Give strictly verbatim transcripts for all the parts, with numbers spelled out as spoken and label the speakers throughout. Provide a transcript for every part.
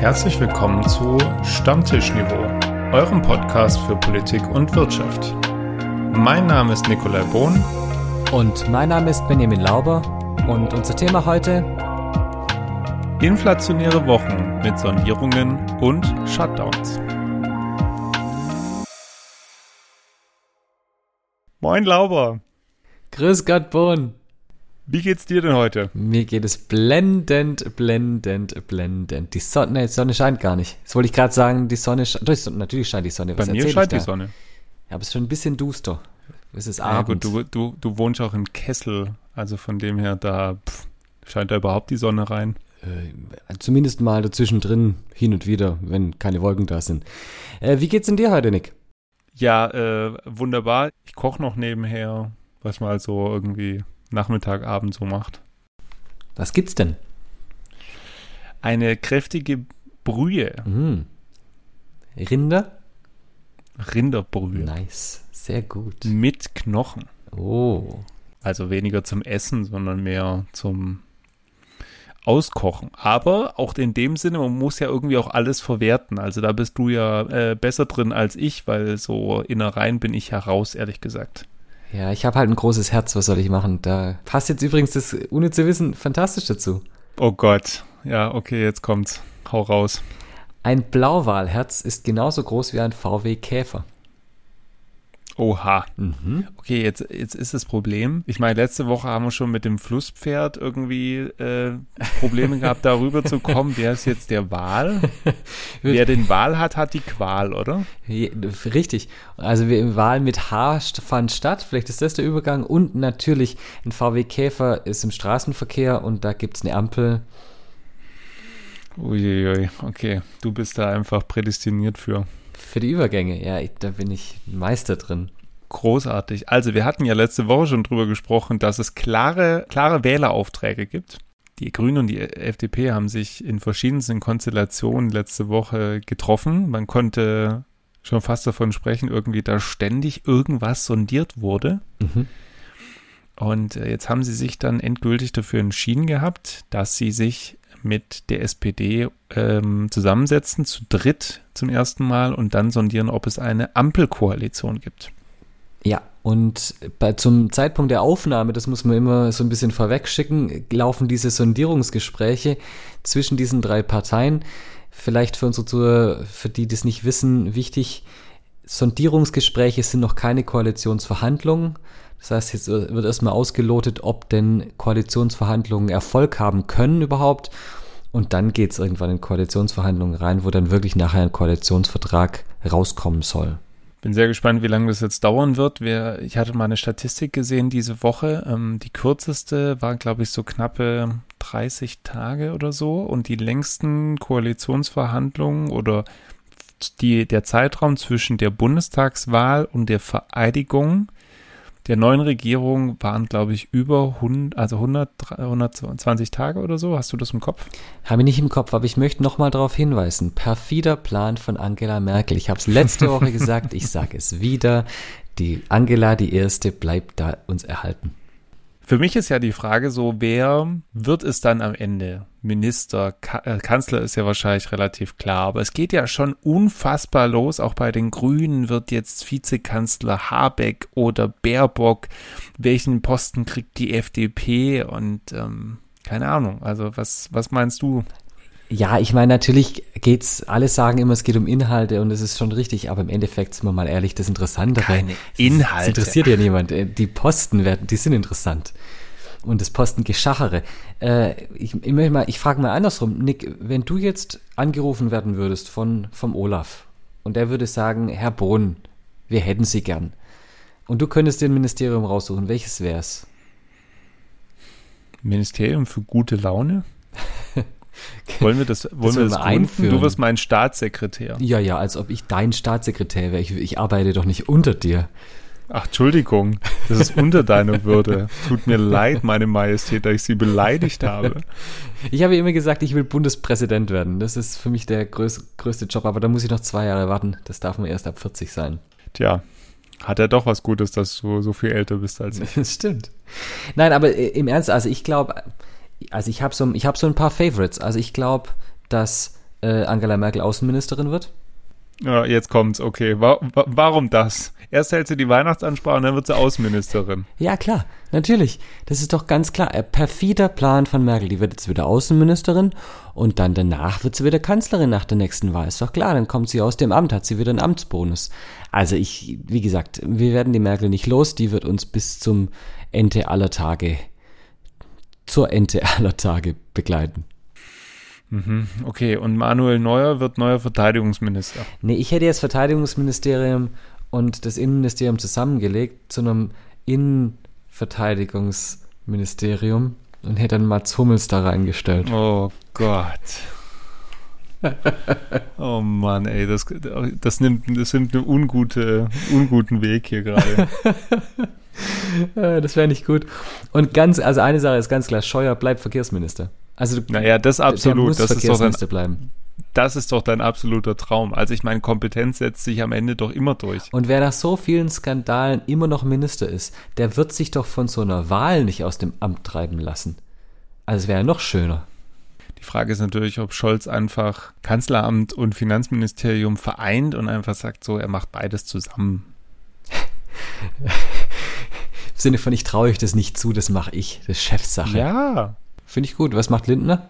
Speaker 1: Herzlich willkommen zu Stammtischniveau, eurem Podcast für Politik und Wirtschaft. Mein Name ist Nikolai Bohn.
Speaker 2: Und mein Name ist Benjamin Lauber. Und unser Thema heute:
Speaker 1: Inflationäre Wochen mit Sondierungen und Shutdowns. Moin Lauber.
Speaker 2: Grüß Gott, Bohn.
Speaker 1: Wie geht's dir denn heute?
Speaker 2: Mir geht es blendend, blendend, blendend. Die Sonne, nee, die Sonne scheint gar nicht. Jetzt wollte ich gerade sagen, die Sonne scheint. Natürlich scheint die Sonne.
Speaker 1: Was Bei mir scheint die
Speaker 2: da?
Speaker 1: Sonne.
Speaker 2: Ja, aber es ist schon ein bisschen duster. Es ist
Speaker 1: Ja,
Speaker 2: Abend.
Speaker 1: gut, du, du, du wohnst auch im Kessel, also von dem her, da pff, scheint da überhaupt die Sonne rein.
Speaker 2: Äh, zumindest mal dazwischen drin, hin und wieder, wenn keine Wolken da sind. Äh, wie geht's denn dir heute, Nick?
Speaker 1: Ja, äh, wunderbar. Ich koche noch nebenher, was man halt so irgendwie Nachmittag, Abend so macht.
Speaker 2: Was gibt's denn?
Speaker 1: Eine kräftige Brühe.
Speaker 2: Mm. Rinder?
Speaker 1: Rinderbrühe.
Speaker 2: Nice, sehr gut.
Speaker 1: Mit Knochen.
Speaker 2: Oh.
Speaker 1: Also weniger zum Essen, sondern mehr zum Auskochen. Aber auch in dem Sinne, man muss ja irgendwie auch alles verwerten. Also da bist du ja äh, besser drin als ich, weil so innerein bin ich heraus, ehrlich gesagt.
Speaker 2: Ja, ich habe halt ein großes Herz, was soll ich machen? Da passt jetzt übrigens das unnütze Wissen fantastisch dazu.
Speaker 1: Oh Gott, ja, okay, jetzt kommt's. Hau raus.
Speaker 2: Ein Blauwalherz ist genauso groß wie ein V W Käfer.
Speaker 1: Oha.
Speaker 2: Mhm.
Speaker 1: Okay, jetzt, jetzt ist das Problem. Ich meine, letzte Woche haben wir schon mit dem Flusspferd irgendwie äh, Probleme gehabt, darüber zu kommen. Wer ist jetzt der Wal? Wer den Wal hat, hat die Qual, oder?
Speaker 2: Richtig. Also wir Wahl mit H fand statt. Vielleicht ist das der Übergang. Und natürlich ein V W Käfer ist im Straßenverkehr und da gibt es eine Ampel.
Speaker 1: Uiuiui, okay. Du bist da einfach prädestiniert für.
Speaker 2: Für die Übergänge, ja, ich, da bin ich Meister drin.
Speaker 1: Großartig. Also wir hatten ja letzte Woche schon drüber gesprochen, dass es klare, klare Wähleraufträge gibt. Die Grünen und die F D P haben sich in verschiedensten Konstellationen letzte Woche getroffen. Man konnte schon fast davon sprechen, irgendwie da ständig irgendwas sondiert wurde.
Speaker 2: Mhm.
Speaker 1: Und jetzt haben sie sich dann endgültig dafür entschieden gehabt, dass sie sich mit der S P D ähm, zusammensetzen, zu dritt zum ersten Mal und dann sondieren, ob es eine Ampelkoalition gibt.
Speaker 2: Ja, und bei, zum Zeitpunkt der Aufnahme, das muss man immer so ein bisschen vorwegschicken, laufen diese Sondierungsgespräche zwischen diesen drei Parteien. Vielleicht für unsere Zuhörer, für die das nicht wissen, wichtig, Sondierungsgespräche sind noch keine Koalitionsverhandlungen. Das heißt, jetzt wird erstmal ausgelotet, ob denn Koalitionsverhandlungen Erfolg haben können überhaupt. Und dann geht es irgendwann in Koalitionsverhandlungen rein, wo dann wirklich nachher ein Koalitionsvertrag rauskommen soll.
Speaker 1: Bin sehr gespannt, wie lange das jetzt dauern wird. Wir, ich hatte mal eine Statistik gesehen diese Woche. Ähm, die kürzeste war, glaube ich, so knappe dreißig Tage oder so. Und die längsten Koalitionsverhandlungen oder die, der Zeitraum zwischen der Bundestagswahl und der Vereidigung der neuen Regierung waren, glaube ich, über hundert, also hundert, hundertzwanzig Tage oder so. Hast du das im Kopf?
Speaker 2: Habe ich nicht im Kopf, aber ich möchte nochmal darauf hinweisen. Perfider Plan von Angela Merkel. Ich habe es letzte Woche gesagt, ich sage es wieder. Die Angela, die Erste, bleibt da uns erhalten.
Speaker 1: Für mich ist ja die Frage so, wer wird es dann am Ende? Minister, Ka- äh, Kanzler ist ja wahrscheinlich relativ klar, aber es geht ja schon unfassbar los. Auch bei den Grünen wird jetzt Vizekanzler Habeck oder Baerbock. Welchen Posten kriegt die F D P? Und ähm, keine Ahnung, also was, was meinst du?
Speaker 2: Ja, ich meine, natürlich geht's, alle sagen immer, es geht um Inhalte und das ist schon richtig, aber im Endeffekt, sind wir mal ehrlich, das Interessantere.
Speaker 1: Keine Inhalte.
Speaker 2: Das interessiert ja niemand. Die Posten werden, die sind interessant. Und das Postengeschachere. Äh, ich ich, ich frage mal andersrum, Nick, wenn du jetzt angerufen werden würdest von vom Olaf und der würde sagen, Herr Bohn, wir hätten Sie gern. Und du könntest dir ein Ministerium raussuchen, welches wär's?
Speaker 1: Ministerium für gute Laune? Wollen wir das, wollen wir das
Speaker 2: einführen?
Speaker 1: Du wirst mein Staatssekretär.
Speaker 2: Ja, ja, als ob ich dein Staatssekretär wäre. Ich, ich arbeite doch nicht unter dir.
Speaker 1: Ach, Entschuldigung, das ist unter deiner Würde. Tut mir leid, meine Majestät, dass ich Sie beleidigt habe.
Speaker 2: Ich habe immer gesagt, ich will Bundespräsident werden. Das ist für mich der größ, größte Job, aber da muss ich noch zwei Jahre warten. Das darf man erst ab vierzig sein.
Speaker 1: Tja, hat er doch was Gutes, dass du so viel älter bist als ich.
Speaker 2: Das stimmt. Nein, aber im Ernst, also ich glaube, also ich habe so, ich hab so ein paar Favorites. Also ich glaube, dass äh, Angela Merkel Außenministerin wird.
Speaker 1: Ja, jetzt kommt's, okay. Wa- wa- warum das? Erst hält sie die Weihnachtsansprache und dann wird sie Außenministerin.
Speaker 2: Ja, klar, natürlich. Das ist doch ganz klar. Ein perfider Plan von Merkel. Die wird jetzt wieder Außenministerin und dann danach wird sie wieder Kanzlerin nach der nächsten Wahl. Ist doch klar, dann kommt sie aus dem Amt, hat sie wieder einen Amtsbonus. Also ich, wie gesagt, wir werden die Merkel nicht los. Die wird uns bis zum Ende aller Tage, zur Ende aller Tage begleiten.
Speaker 1: Mhm, okay, und Manuel Neuer wird neuer Verteidigungsminister.
Speaker 2: Nee, ich hätte jetzt Verteidigungsministerium und das Innenministerium zusammengelegt zu einem Innenverteidigungsministerium und hätte dann Mats Hummels da reingestellt.
Speaker 1: Oh Gott. Oh Mann, ey, das, das, nimmt, das nimmt einen ungute, unguten Weg hier gerade.
Speaker 2: Das wäre nicht gut. Und ganz, also eine Sache ist ganz klar, Scheuer bleibt Verkehrsminister. Also du,
Speaker 1: naja, das absolut.
Speaker 2: Der muss
Speaker 1: das
Speaker 2: Verkehrsminister
Speaker 1: ist doch dein,
Speaker 2: bleiben.
Speaker 1: Das ist doch dein absoluter Traum. Also ich meine, Kompetenz setzt sich am Ende doch immer durch.
Speaker 2: Und wer nach so vielen Skandalen immer noch Minister ist, der wird sich doch von so einer Wahl nicht aus dem Amt treiben lassen. Also es wäre ja noch schöner.
Speaker 1: Die Frage ist natürlich, ob Scholz einfach Kanzleramt und Finanzministerium vereint und einfach sagt so, er macht beides zusammen.
Speaker 2: Im Sinne von, ich traue euch das nicht zu, das mache ich, das ist Chefsache.
Speaker 1: Ja.
Speaker 2: Finde ich gut. Was macht Lindner?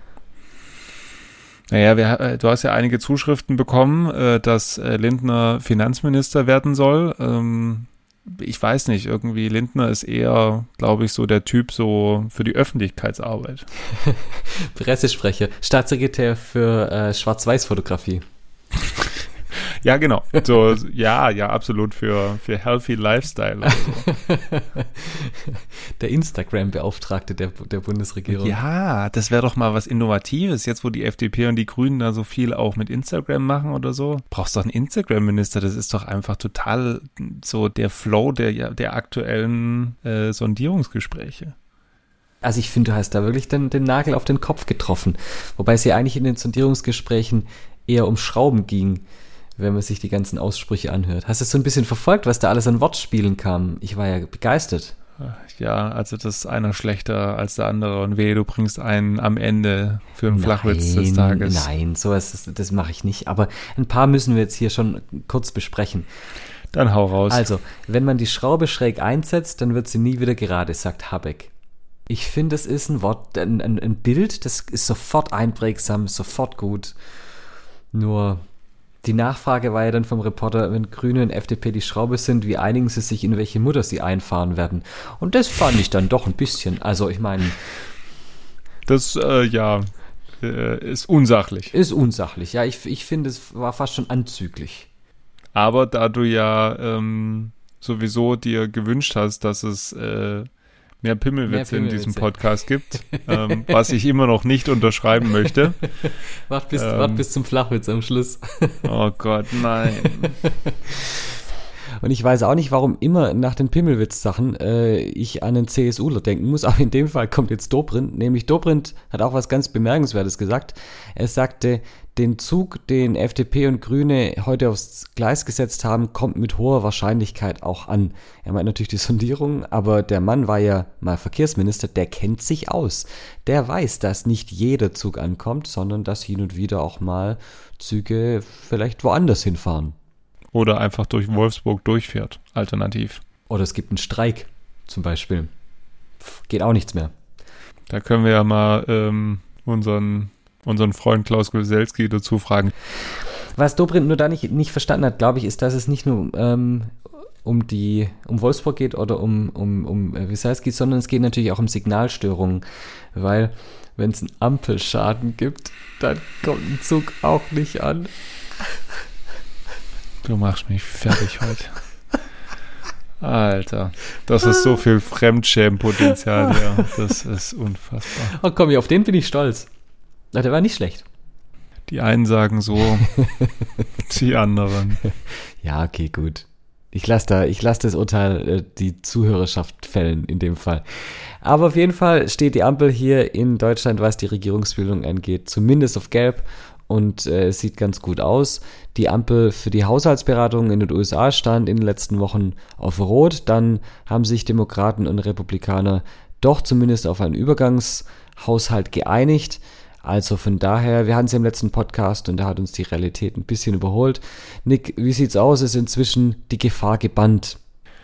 Speaker 1: Naja, wir, du hast ja einige Zuschriften bekommen, äh, dass äh, Lindner Finanzminister werden soll. Ähm, ich weiß nicht, irgendwie Lindner ist eher, glaube ich, so der Typ so für die Öffentlichkeitsarbeit.
Speaker 2: Pressesprecher, Staatssekretär für äh, Schwarz-Weiß-Fotografie.
Speaker 1: Ja, genau. So, ja, ja, absolut für, für Healthy Lifestyle oder so.
Speaker 2: Der Instagram-Beauftragte der, der Bundesregierung.
Speaker 1: Ja, das wäre doch mal was Innovatives, jetzt wo die F D P und die Grünen da so viel auch mit Instagram machen oder so. Brauchst doch einen Instagram-Minister, das ist doch einfach total so der Flow der, der aktuellen äh, Sondierungsgespräche.
Speaker 2: Also ich finde, du hast da wirklich den, den Nagel auf den Kopf getroffen. Wobei es ja eigentlich in den Sondierungsgesprächen eher um Schrauben ging, wenn man sich die ganzen Aussprüche anhört. Hast du so ein bisschen verfolgt, was da alles an Wortspielen kam? Ich war ja begeistert.
Speaker 1: Ja, also das ist einer schlechter als der andere und wehe, du bringst einen am Ende für einen Flachwitz des Tages.
Speaker 2: Nein, sowas, das, das mache ich nicht. Aber ein paar müssen wir jetzt hier schon kurz besprechen.
Speaker 1: Dann hau raus.
Speaker 2: Also, wenn man die Schraube schräg einsetzt, dann wird sie nie wieder gerade, sagt Habeck. Ich finde, das ist ein Wort, ein, ein, ein Bild, das ist sofort einprägsam, sofort gut. Nur die Nachfrage war ja dann vom Reporter, wenn Grüne und F D P die Schraube sind, wie einigen sie sich, in welche Mutter sie einfahren werden? Und das fand ich dann doch ein bisschen, also ich meine...
Speaker 1: Das, äh, ja, äh, ist unsachlich.
Speaker 2: Ist unsachlich, ja, ich, ich finde, es war fast schon anzüglich.
Speaker 1: Aber da du ja ähm, sowieso dir gewünscht hast, dass es äh, mehr Pimmelwitze in diesem Podcast gibt, ähm, was ich immer noch nicht unterschreiben möchte.
Speaker 2: Wart bis,
Speaker 1: ähm,
Speaker 2: wart bis zum Flachwitz am Schluss.
Speaker 1: Oh Gott, nein.
Speaker 2: Und ich weiß auch nicht, warum immer nach den Pimmelwitz-Sachen äh, ich an einen CSUler denken muss, aber in dem Fall kommt jetzt Dobrindt, nämlich Dobrindt hat auch was ganz Bemerkenswertes gesagt. Er sagte, den Zug, den F D P und Grüne heute aufs Gleis gesetzt haben, kommt mit hoher Wahrscheinlichkeit auch an. Er meint natürlich die Sondierung, aber der Mann war ja mal Verkehrsminister, der kennt sich aus. Der weiß, dass nicht jeder Zug ankommt, sondern dass hin und wieder auch mal Züge vielleicht woanders hinfahren.
Speaker 1: Oder einfach durch Wolfsburg durchfährt, alternativ.
Speaker 2: Oder es gibt einen Streik, zum Beispiel. Geht auch nichts mehr.
Speaker 1: Da können wir ja mal ähm, unseren, unseren Freund Klaus Gulselski dazu fragen.
Speaker 2: Was Dobrindt nur da nicht, nicht verstanden hat, glaube ich, ist, dass es nicht nur ähm, um die um Wolfsburg geht oder um, um, um Wyszynski, sondern es geht natürlich auch um Signalstörungen. Weil, wenn es einen Ampelschaden gibt, dann kommt ein Zug auch nicht an.
Speaker 1: Du machst mich fertig heute. Alter, das ist so viel Fremdschämenpotenzial hier. Das ist unfassbar.
Speaker 2: Oh komm, auf den bin ich stolz. Der war nicht schlecht.
Speaker 1: Die einen sagen so, die anderen.
Speaker 2: Ja, okay, gut. Ich lasse da, ich lasse das Urteil äh, die Zuhörerschaft fällen in dem Fall. Aber auf jeden Fall steht die Ampel hier in Deutschland, was die Regierungsbildung angeht, zumindest auf Gelb. Und äh, es sieht ganz gut aus. Die Ampel für die Haushaltsberatungen in den U S A stand in den letzten Wochen auf Rot. Dann haben sich Demokraten und Republikaner doch zumindest auf einen Übergangshaushalt geeinigt. Also von daher, wir hatten es ja im letzten Podcast und da hat uns die Realität ein bisschen überholt. Nick, wie sieht's aus? Ist inzwischen die Gefahr gebannt?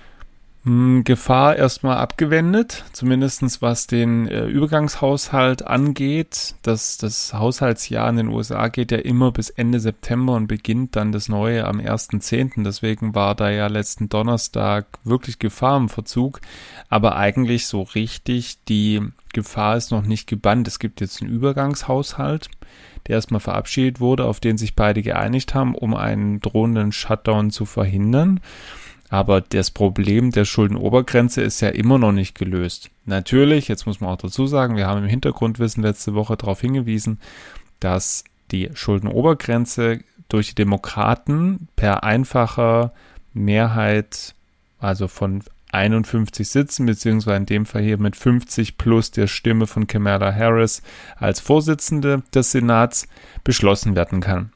Speaker 1: Gefahr erstmal abgewendet, zumindest was den äh, Übergangshaushalt angeht. Das, das Haushaltsjahr in den U S A geht ja immer bis Ende September und beginnt dann das neue am ersten zehnten Deswegen war da ja letzten Donnerstag wirklich Gefahr im Verzug. Aber eigentlich so richtig, die Gefahr ist noch nicht gebannt. Es gibt jetzt einen Übergangshaushalt, der erstmal verabschiedet wurde, auf den sich beide geeinigt haben, um einen drohenden Shutdown zu verhindern. Aber das Problem der Schuldenobergrenze ist ja immer noch nicht gelöst. Natürlich, jetzt muss man auch dazu sagen, wir haben im Hintergrundwissen letzte Woche darauf hingewiesen, dass die Schuldenobergrenze durch die Demokraten per einfacher Mehrheit, also von einundfünfzig Sitzen, beziehungsweise in dem Fall hier mit fünfzig plus der Stimme von Kamala Harris als Vorsitzende des Senats beschlossen werden kann.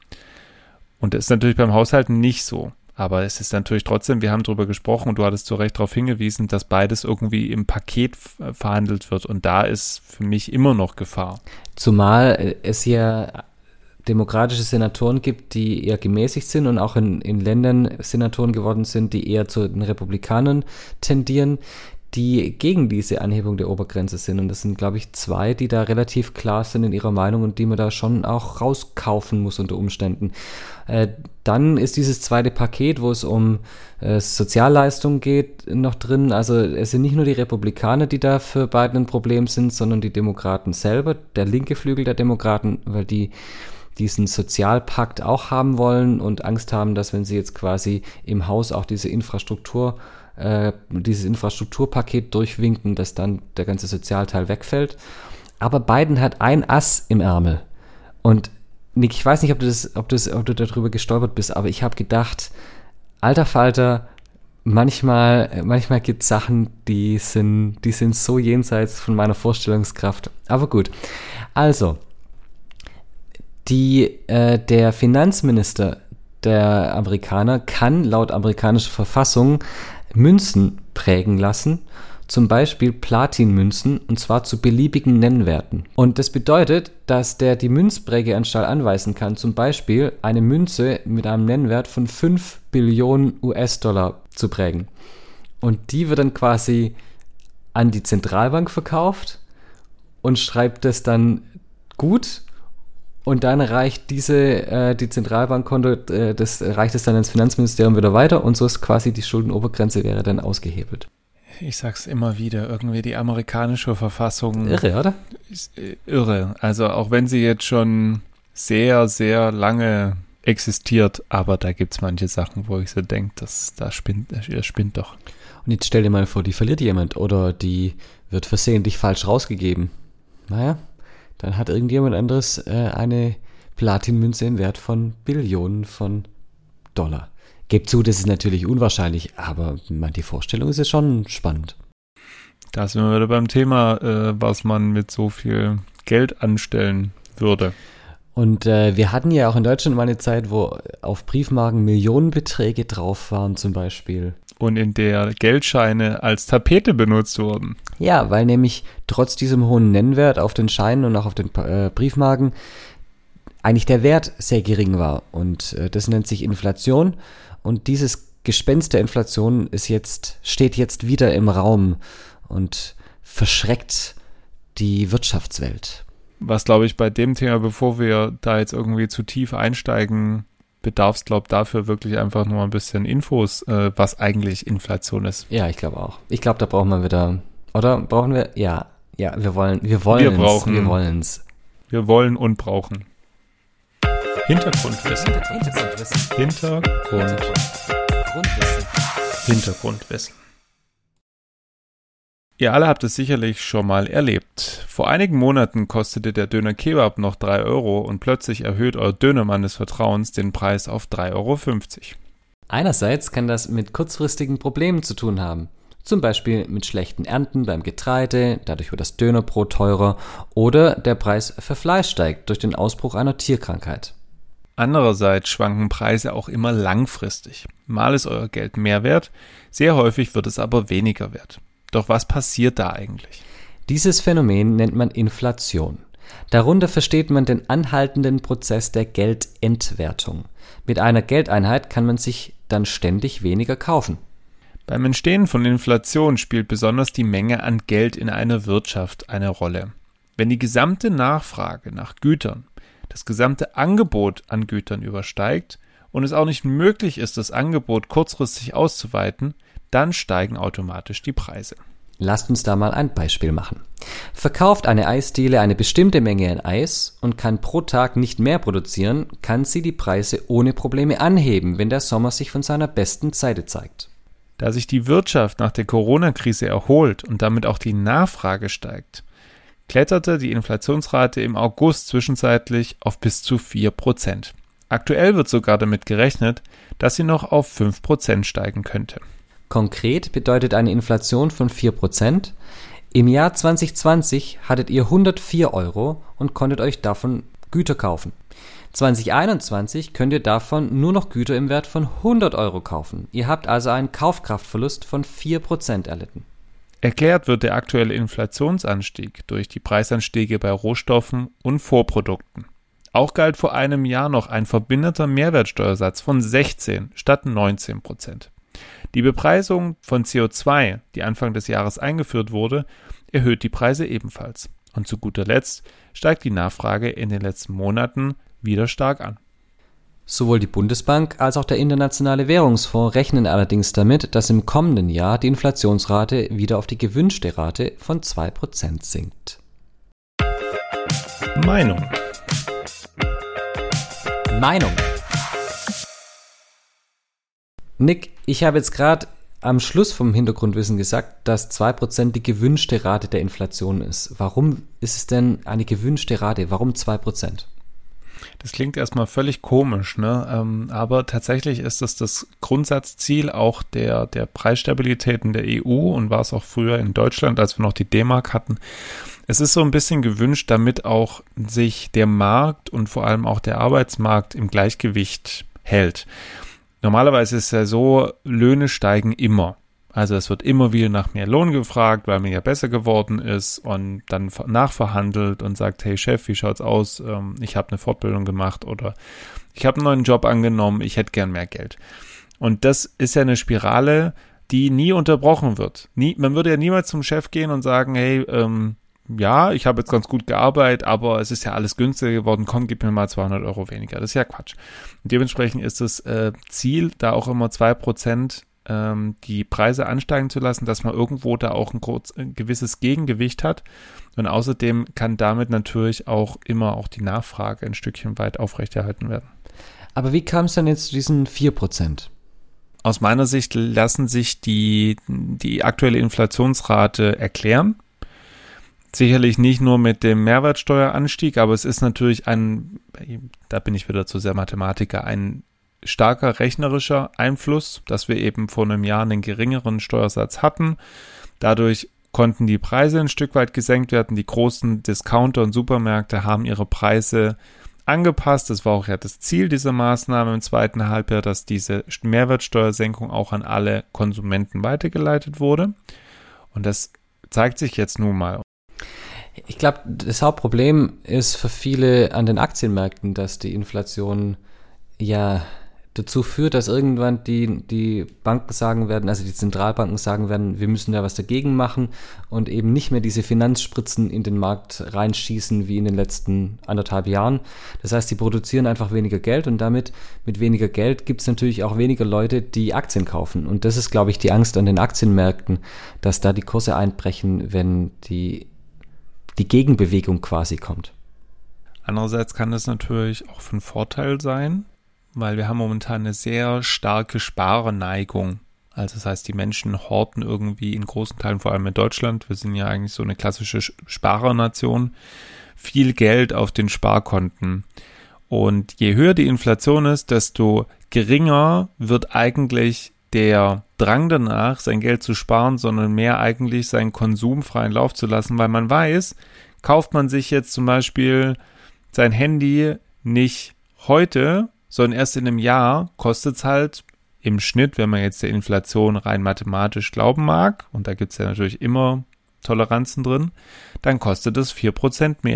Speaker 1: Und das ist natürlich beim Haushalten nicht so. Aber es ist natürlich trotzdem, wir haben darüber gesprochen und du hattest zu Recht darauf hingewiesen, dass beides irgendwie im Paket verhandelt wird. Und da ist für mich immer noch Gefahr.
Speaker 2: Zumal es ja demokratische Senatoren gibt, die eher gemäßigt sind und auch in, in Ländern Senatoren geworden sind, die eher zu den Republikanern tendieren, die gegen diese Anhebung der Obergrenze sind. Und das sind, glaube ich, zwei, die da relativ klar sind in ihrer Meinung und die man da schon auch rauskaufen muss unter Umständen. Äh, dann ist dieses zweite Paket, wo es um äh, Sozialleistungen geht, noch drin. Also es sind nicht nur die Republikaner, die da für Biden ein Problem sind, sondern die Demokraten selber, der linke Flügel der Demokraten, weil die diesen Sozialpakt auch haben wollen und Angst haben, dass wenn sie jetzt quasi im Haus auch diese Infrastruktur äh, dieses Infrastrukturpaket durchwinken, dass dann der ganze Sozialteil wegfällt. Aber Biden hat ein Ass im Ärmel. Und Nick, ich weiß nicht, ob du, das, ob, das, ob du darüber gestolpert bist, aber ich habe gedacht, alter Falter, manchmal, manchmal gibt es Sachen, die sind, die sind so jenseits von meiner Vorstellungskraft. Aber gut, also, die, äh, der Finanzminister der Amerikaner kann laut amerikanischer Verfassung Münzen prägen lassen, zum Beispiel Platinmünzen, und zwar zu beliebigen Nennwerten. Und das bedeutet, dass der die Münzprägeanstalt anweisen kann, zum Beispiel eine Münze mit einem Nennwert von fünf Billionen U S-Dollar zu prägen. Und die wird dann quasi an die Zentralbank verkauft und schreibt das dann gut. Und dann reicht diese, äh, die Zentralbankkonto, äh, das reicht es dann ans Finanzministerium wieder weiter und so ist quasi die Schuldenobergrenze wäre dann ausgehebelt.
Speaker 1: Ich sag's immer wieder, irgendwie die amerikanische Verfassung.
Speaker 2: Irre, oder?
Speaker 1: Ist irre. Also auch wenn sie jetzt schon sehr, sehr lange existiert, aber da gibt's manche Sachen, wo ich so denke, dass da spinnt, ihr spinnt doch.
Speaker 2: Und jetzt stell dir mal vor, die verliert jemand oder die wird versehentlich falsch rausgegeben. Naja, dann hat irgendjemand anderes äh, eine Platinmünze im Wert von Billionen von Dollar. Gebt zu, das ist natürlich unwahrscheinlich, aber man, die Vorstellung ist ja schon spannend.
Speaker 1: Da sind wir wieder beim Thema, äh, was man mit so viel Geld anstellen würde.
Speaker 2: Und äh, wir hatten ja auch in Deutschland mal eine Zeit, wo auf Briefmarken Millionenbeträge drauf waren zum Beispiel.
Speaker 1: Und in der Geldscheine als Tapete benutzt wurden.
Speaker 2: Ja, weil nämlich trotz diesem hohen Nennwert auf den Scheinen und auch auf den äh, Briefmarken eigentlich der Wert sehr gering war. Und äh, das nennt sich Inflation. Und dieses Gespenst der Inflation ist jetzt, steht jetzt wieder im Raum und verschreckt die Wirtschaftswelt.
Speaker 1: Was, glaube ich, bei dem Thema, bevor wir da jetzt irgendwie zu tief einsteigen, bedarf es, glaube ich, dafür wirklich einfach nur ein bisschen Infos, äh, was eigentlich Inflation ist.
Speaker 2: Ja, ich glaube auch. Ich glaube, da brauchen wir wieder, oder brauchen wir? Ja, ja, wir wollen, wir wollen
Speaker 1: wir brauchen,
Speaker 2: wir wollen's.
Speaker 1: Wir wollen und brauchen. Hintergrundwissen.
Speaker 2: Hintergrundwissen.
Speaker 1: Hintergrund.
Speaker 2: Grundwissen.
Speaker 1: Hintergrundwissen. Ihr alle habt es sicherlich schon mal erlebt. Vor einigen Monaten kostete der Döner Kebab noch drei Euro und plötzlich erhöht euer Dönermann des Vertrauens den Preis auf drei Euro fünfzig.
Speaker 2: Einerseits kann das mit kurzfristigen Problemen zu tun haben. Zum Beispiel mit schlechten Ernten beim Getreide, dadurch wird das Dönerbrot teurer oder der Preis für Fleisch steigt durch den Ausbruch einer Tierkrankheit.
Speaker 1: Andererseits schwanken Preise auch immer langfristig. Mal ist euer Geld mehr wert, sehr häufig wird es aber weniger wert. Doch was passiert da eigentlich?
Speaker 2: Dieses Phänomen nennt man Inflation. Darunter versteht man den anhaltenden Prozess der Geldentwertung. Mit einer Geldeinheit kann man sich dann ständig weniger kaufen.
Speaker 1: Beim Entstehen von Inflation spielt besonders die Menge an Geld in einer Wirtschaft eine Rolle. Wenn die gesamte Nachfrage nach Gütern das gesamte Angebot an Gütern übersteigt und es auch nicht möglich ist, das Angebot kurzfristig auszuweiten, dann steigen automatisch die Preise.
Speaker 2: Lasst uns da mal ein Beispiel machen. Verkauft eine Eisdiele eine bestimmte Menge an Eis und kann pro Tag nicht mehr produzieren, kann sie die Preise ohne Probleme anheben, wenn der Sommer sich von seiner besten Seite zeigt.
Speaker 1: Da sich die Wirtschaft nach der Corona-Krise erholt und damit auch die Nachfrage steigt, kletterte die Inflationsrate im August zwischenzeitlich auf bis zu vier Prozent. Aktuell wird sogar damit gerechnet, dass sie noch auf fünf Prozent steigen könnte.
Speaker 2: Konkret bedeutet eine Inflation von vier Prozent: Im Jahr zwanzig zwanzig hattet ihr hundertvier Euro und konntet euch davon Güter kaufen. zwanzig einundzwanzig könnt ihr davon nur noch Güter im Wert von hundert Euro kaufen. Ihr habt also einen Kaufkraftverlust von vier Prozent erlitten.
Speaker 1: Erklärt wird der aktuelle Inflationsanstieg durch die Preisanstiege bei Rohstoffen und Vorprodukten. Auch galt vor einem Jahr noch ein verbindeter Mehrwertsteuersatz von sechzehn statt neunzehn Prozent. Die Bepreisung von C O zwei, die Anfang des Jahres eingeführt wurde, erhöht die Preise ebenfalls. Und zu guter Letzt steigt die Nachfrage in den letzten Monaten wieder stark an.
Speaker 2: Sowohl die Bundesbank als auch der Internationale Währungsfonds rechnen allerdings damit, dass im kommenden Jahr die Inflationsrate wieder auf die gewünschte Rate von zwei Prozent sinkt.
Speaker 1: Meinung.
Speaker 2: Meinung. Nick, ich habe jetzt gerade am Schluss vom Hintergrundwissen gesagt, dass zwei Prozent die gewünschte Rate der Inflation ist. Warum ist es denn eine gewünschte Rate? Warum zwei Prozent?
Speaker 1: Das klingt erstmal völlig komisch, ne? Ähm, aber tatsächlich ist das das Grundsatzziel auch der, der Preisstabilität in der E U und war es auch früher in Deutschland, als wir noch die D-Mark hatten. Es ist so ein bisschen gewünscht, damit auch sich der Markt und vor allem auch der Arbeitsmarkt im Gleichgewicht hält. Normalerweise ist es ja so, Löhne steigen immer. Also es wird immer wieder nach mehr Lohn gefragt, weil man ja besser geworden ist und dann nachverhandelt und sagt, hey Chef, wie schaut's aus? Ähm, ich habe eine Fortbildung gemacht oder ich habe einen neuen Job angenommen, ich hätte gern mehr Geld. Und das ist ja eine Spirale, die nie unterbrochen wird. Nie, man würde ja niemals zum Chef gehen und sagen, hey, ähm, ja, ich habe jetzt ganz gut gearbeitet, aber es ist ja alles günstiger geworden, komm, gib mir mal zweihundert Euro weniger. Das ist ja Quatsch. Und dementsprechend ist das äh, Ziel, da auch immer zwei Prozent ähm, die Preise ansteigen zu lassen, dass man irgendwo da auch ein, kurz, ein gewisses Gegengewicht hat. Und außerdem kann damit natürlich auch immer auch die Nachfrage ein Stückchen weit aufrechterhalten werden.
Speaker 2: Aber wie kam es denn jetzt zu diesen vier Prozent?
Speaker 1: Aus meiner Sicht lassen sich die, die aktuelle Inflationsrate erklären. Sicherlich nicht nur mit dem Mehrwertsteueranstieg, aber es ist natürlich ein, da bin ich wieder zu sehr Mathematiker, ein starker rechnerischer Einfluss, dass wir eben vor einem Jahr einen geringeren Steuersatz hatten. Dadurch konnten die Preise ein Stück weit gesenkt werden. Die großen Discounter und Supermärkte haben ihre Preise angepasst. Das war auch ja das Ziel dieser Maßnahme im zweiten Halbjahr, dass diese Mehrwertsteuersenkung auch an alle Konsumenten weitergeleitet wurde. Und das zeigt sich jetzt nun mal.
Speaker 2: Ich glaube, das Hauptproblem ist für viele an den Aktienmärkten, dass die Inflation ja dazu führt, dass irgendwann die, die Banken sagen werden, also die Zentralbanken sagen werden, wir müssen da was dagegen machen und eben nicht mehr diese Finanzspritzen in den Markt reinschießen wie in den letzten anderthalb Jahren. Das heißt, sie produzieren einfach weniger Geld und damit mit weniger Geld gibt es natürlich auch weniger Leute, die Aktien kaufen. Und das ist, glaube ich, die Angst an den Aktienmärkten, dass da die Kurse einbrechen, wenn die die Gegenbewegung quasi kommt.
Speaker 1: Andererseits kann das natürlich auch von Vorteil sein, weil wir haben momentan eine sehr starke Sparerneigung. Also das heißt, die Menschen horten irgendwie in großen Teilen, vor allem in Deutschland, wir sind ja eigentlich so eine klassische Sparernation, viel Geld auf den Sparkonten. Und je höher die Inflation ist, desto geringer wird eigentlich der Drang danach, sein Geld zu sparen, sondern mehr eigentlich seinen Konsum freien Lauf zu lassen, weil man weiß, kauft man sich jetzt zum Beispiel sein Handy nicht heute, sondern erst in einem Jahr, kostet es halt im Schnitt, wenn man jetzt der Inflation rein mathematisch glauben mag, und da gibt es ja natürlich immer Toleranzen drin, dann kostet es vier Prozent mehr.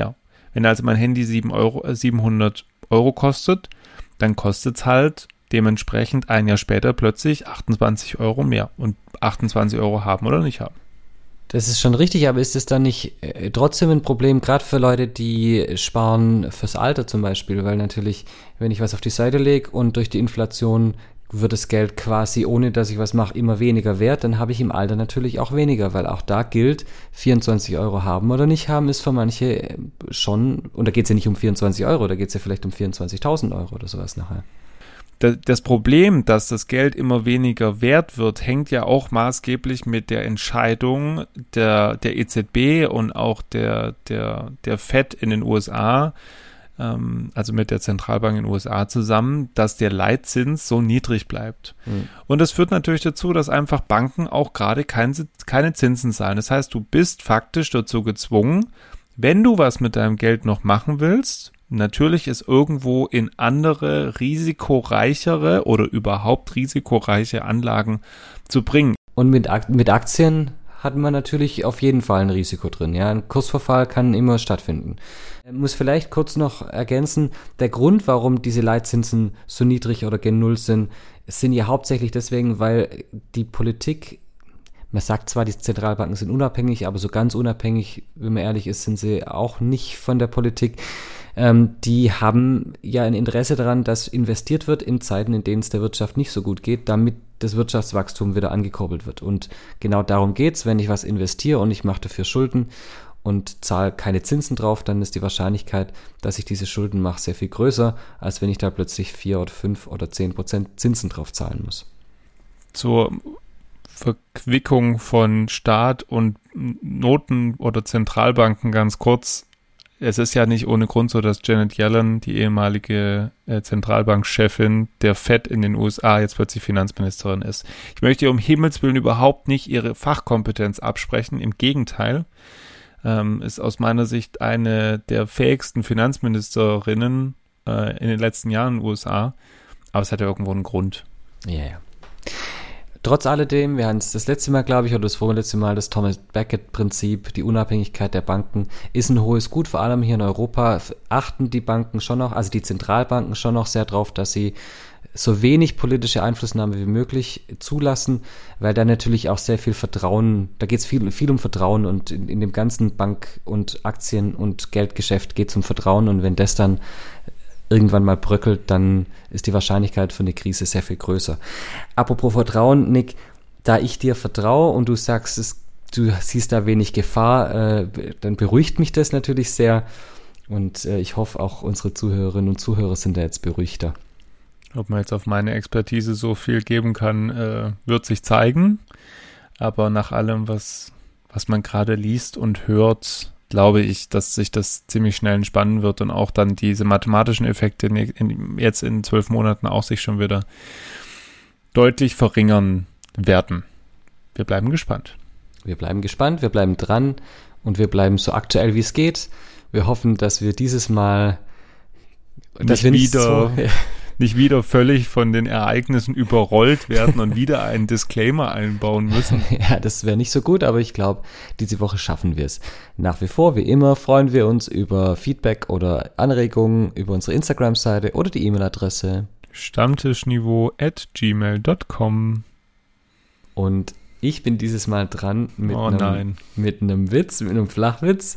Speaker 1: Wenn also mein Handy sieben Euro, äh, siebenhundert Euro kostet, dann kostet es halt dementsprechend ein Jahr später plötzlich achtundzwanzig Euro mehr. Und achtundzwanzig Euro haben oder nicht haben.
Speaker 2: Das ist schon richtig, aber ist es dann nicht äh, trotzdem ein Problem, gerade für Leute, die sparen fürs Alter zum Beispiel, weil natürlich, wenn ich was auf die Seite lege und durch die Inflation wird das Geld quasi, ohne dass ich was mache, immer weniger wert, dann habe ich im Alter natürlich auch weniger, weil auch da gilt, vierundzwanzig Euro haben oder nicht haben, ist für manche schon, und da geht es ja nicht um vierundzwanzig Euro, da geht es ja vielleicht um vierundzwanzigtausend Euro oder sowas nachher.
Speaker 1: Das Problem, dass das Geld immer weniger wert wird, hängt ja auch maßgeblich mit der Entscheidung der, der E Z B und auch der, der, der Fed in den U S A, ähm, also mit der Zentralbank in den U S A zusammen, dass der Leitzins so niedrig bleibt. Mhm. Und das führt natürlich dazu, dass einfach Banken auch gerade kein, keine Zinsen zahlen. Das heißt, du bist faktisch dazu gezwungen, wenn du was mit deinem Geld noch machen willst, natürlich es irgendwo in andere, risikoreichere oder überhaupt risikoreiche Anlagen zu bringen.
Speaker 2: Und mit, mit Aktien hat man natürlich auf jeden Fall ein Risiko drin. Ja, ein Kursverfall kann immer stattfinden. Ich muss vielleicht kurz noch ergänzen, der Grund, warum diese Leitzinsen so niedrig oder gen Null sind, sind ja hauptsächlich deswegen, weil die Politik, man sagt zwar, die Zentralbanken sind unabhängig, aber so ganz unabhängig, wenn man ehrlich ist, sind sie auch nicht von der Politik. Ähm, die haben ja ein Interesse daran, dass investiert wird in Zeiten, in denen es der Wirtschaft nicht so gut geht, damit das Wirtschaftswachstum wieder angekurbelt wird. Und genau darum geht's, wenn ich was investiere und ich mache dafür Schulden und zahle keine Zinsen drauf, dann ist die Wahrscheinlichkeit, dass ich diese Schulden mache, sehr viel größer, als wenn ich da plötzlich vier oder fünf oder zehn Prozent Zinsen drauf zahlen muss.
Speaker 1: Zur Verquickung von Staat und Noten oder Zentralbanken ganz kurz. Es ist ja nicht ohne Grund so, dass Janet Yellen, die ehemalige äh, Zentralbankchefin der Fed in den U S A, jetzt plötzlich Finanzministerin ist. Ich möchte ihr um Himmels Willen überhaupt nicht ihre Fachkompetenz absprechen. Im Gegenteil, ähm, ist aus meiner Sicht eine der fähigsten Finanzministerinnen äh, in den letzten Jahren in den U S A. Aber es hat ja irgendwo einen Grund.
Speaker 2: Ja, ja. Trotz alledem, wir hatten es das letzte Mal, glaube ich, oder das vorletzte Mal, das Thomas Becket-Prinzip, die Unabhängigkeit der Banken, ist ein hohes Gut, vor allem hier in Europa achten die Banken schon noch, also die Zentralbanken schon noch sehr drauf, dass sie so wenig politische Einflussnahme wie möglich zulassen, weil da natürlich auch sehr viel Vertrauen, da geht es viel, viel um Vertrauen und in, in dem ganzen Bank- und Aktien- und Geldgeschäft geht es um Vertrauen und wenn das dann irgendwann mal bröckelt, dann ist die Wahrscheinlichkeit für eine Krise sehr viel größer. Apropos Vertrauen, Nick, da ich dir vertraue und du sagst, es, du siehst da wenig Gefahr, äh, dann beruhigt mich das natürlich sehr und äh, ich hoffe auch unsere Zuhörerinnen und Zuhörer sind da jetzt beruhigter.
Speaker 1: Ob man jetzt auf meine Expertise so viel geben kann, äh, wird sich zeigen, aber nach allem, was, was man gerade liest und hört, glaube ich, dass sich das ziemlich schnell entspannen wird und auch dann diese mathematischen Effekte in, in, jetzt in zwölf Monaten auch sich schon wieder deutlich verringern werden. Wir bleiben gespannt.
Speaker 2: Wir bleiben gespannt, wir bleiben dran und wir bleiben so aktuell, wie es geht. Wir hoffen, dass wir dieses Mal
Speaker 1: nicht
Speaker 2: dass wir nicht
Speaker 1: wieder...
Speaker 2: so,
Speaker 1: nicht wieder völlig von den Ereignissen überrollt werden und wieder einen Disclaimer einbauen müssen.
Speaker 2: Ja, das wäre nicht so gut, aber ich glaube, diese Woche schaffen wir es. Nach wie vor, wie immer, freuen wir uns über Feedback oder Anregungen über unsere Instagram-Seite oder die E-Mail-Adresse
Speaker 1: stammtischniveau at gmail dot com.
Speaker 2: Und ich bin dieses Mal dran mit,
Speaker 1: oh,
Speaker 2: einem,
Speaker 1: nein.
Speaker 2: mit einem Witz, mit einem Flachwitz.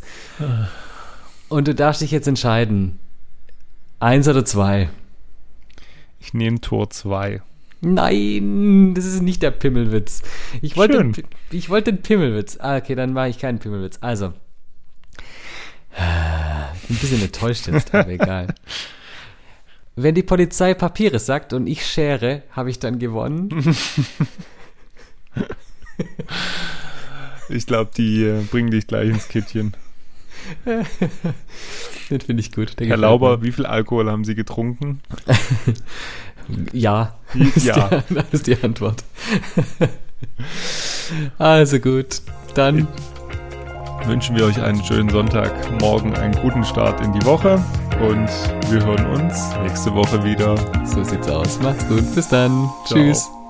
Speaker 2: Und du darfst dich jetzt entscheiden. Eins oder zwei?
Speaker 1: Ich nehme Tor zwei.
Speaker 2: Nein, das ist nicht der Pimmelwitz. Ich wollte, den, ich wollte den Pimmelwitz. Ah, okay, dann mache ich keinen Pimmelwitz. Also, ich bin ein bisschen enttäuscht jetzt, aber egal. Wenn die Polizei Papiere sagt und ich schere, habe ich dann gewonnen?
Speaker 1: Ich glaube, die äh, bringen dich gleich ins Kittchen.
Speaker 2: Den finde ich gut.
Speaker 1: Herr Lauber, wie viel Alkohol haben Sie getrunken?
Speaker 2: Ja.
Speaker 1: Ja.
Speaker 2: Das ist die, das ist die Antwort. Also gut, dann
Speaker 1: wünschen wir euch einen schönen Sonntag, morgen einen guten Start in die Woche und wir hören uns nächste Woche wieder.
Speaker 2: So sieht's aus. Macht's gut. Bis dann.
Speaker 1: Ciao.
Speaker 2: Tschüss.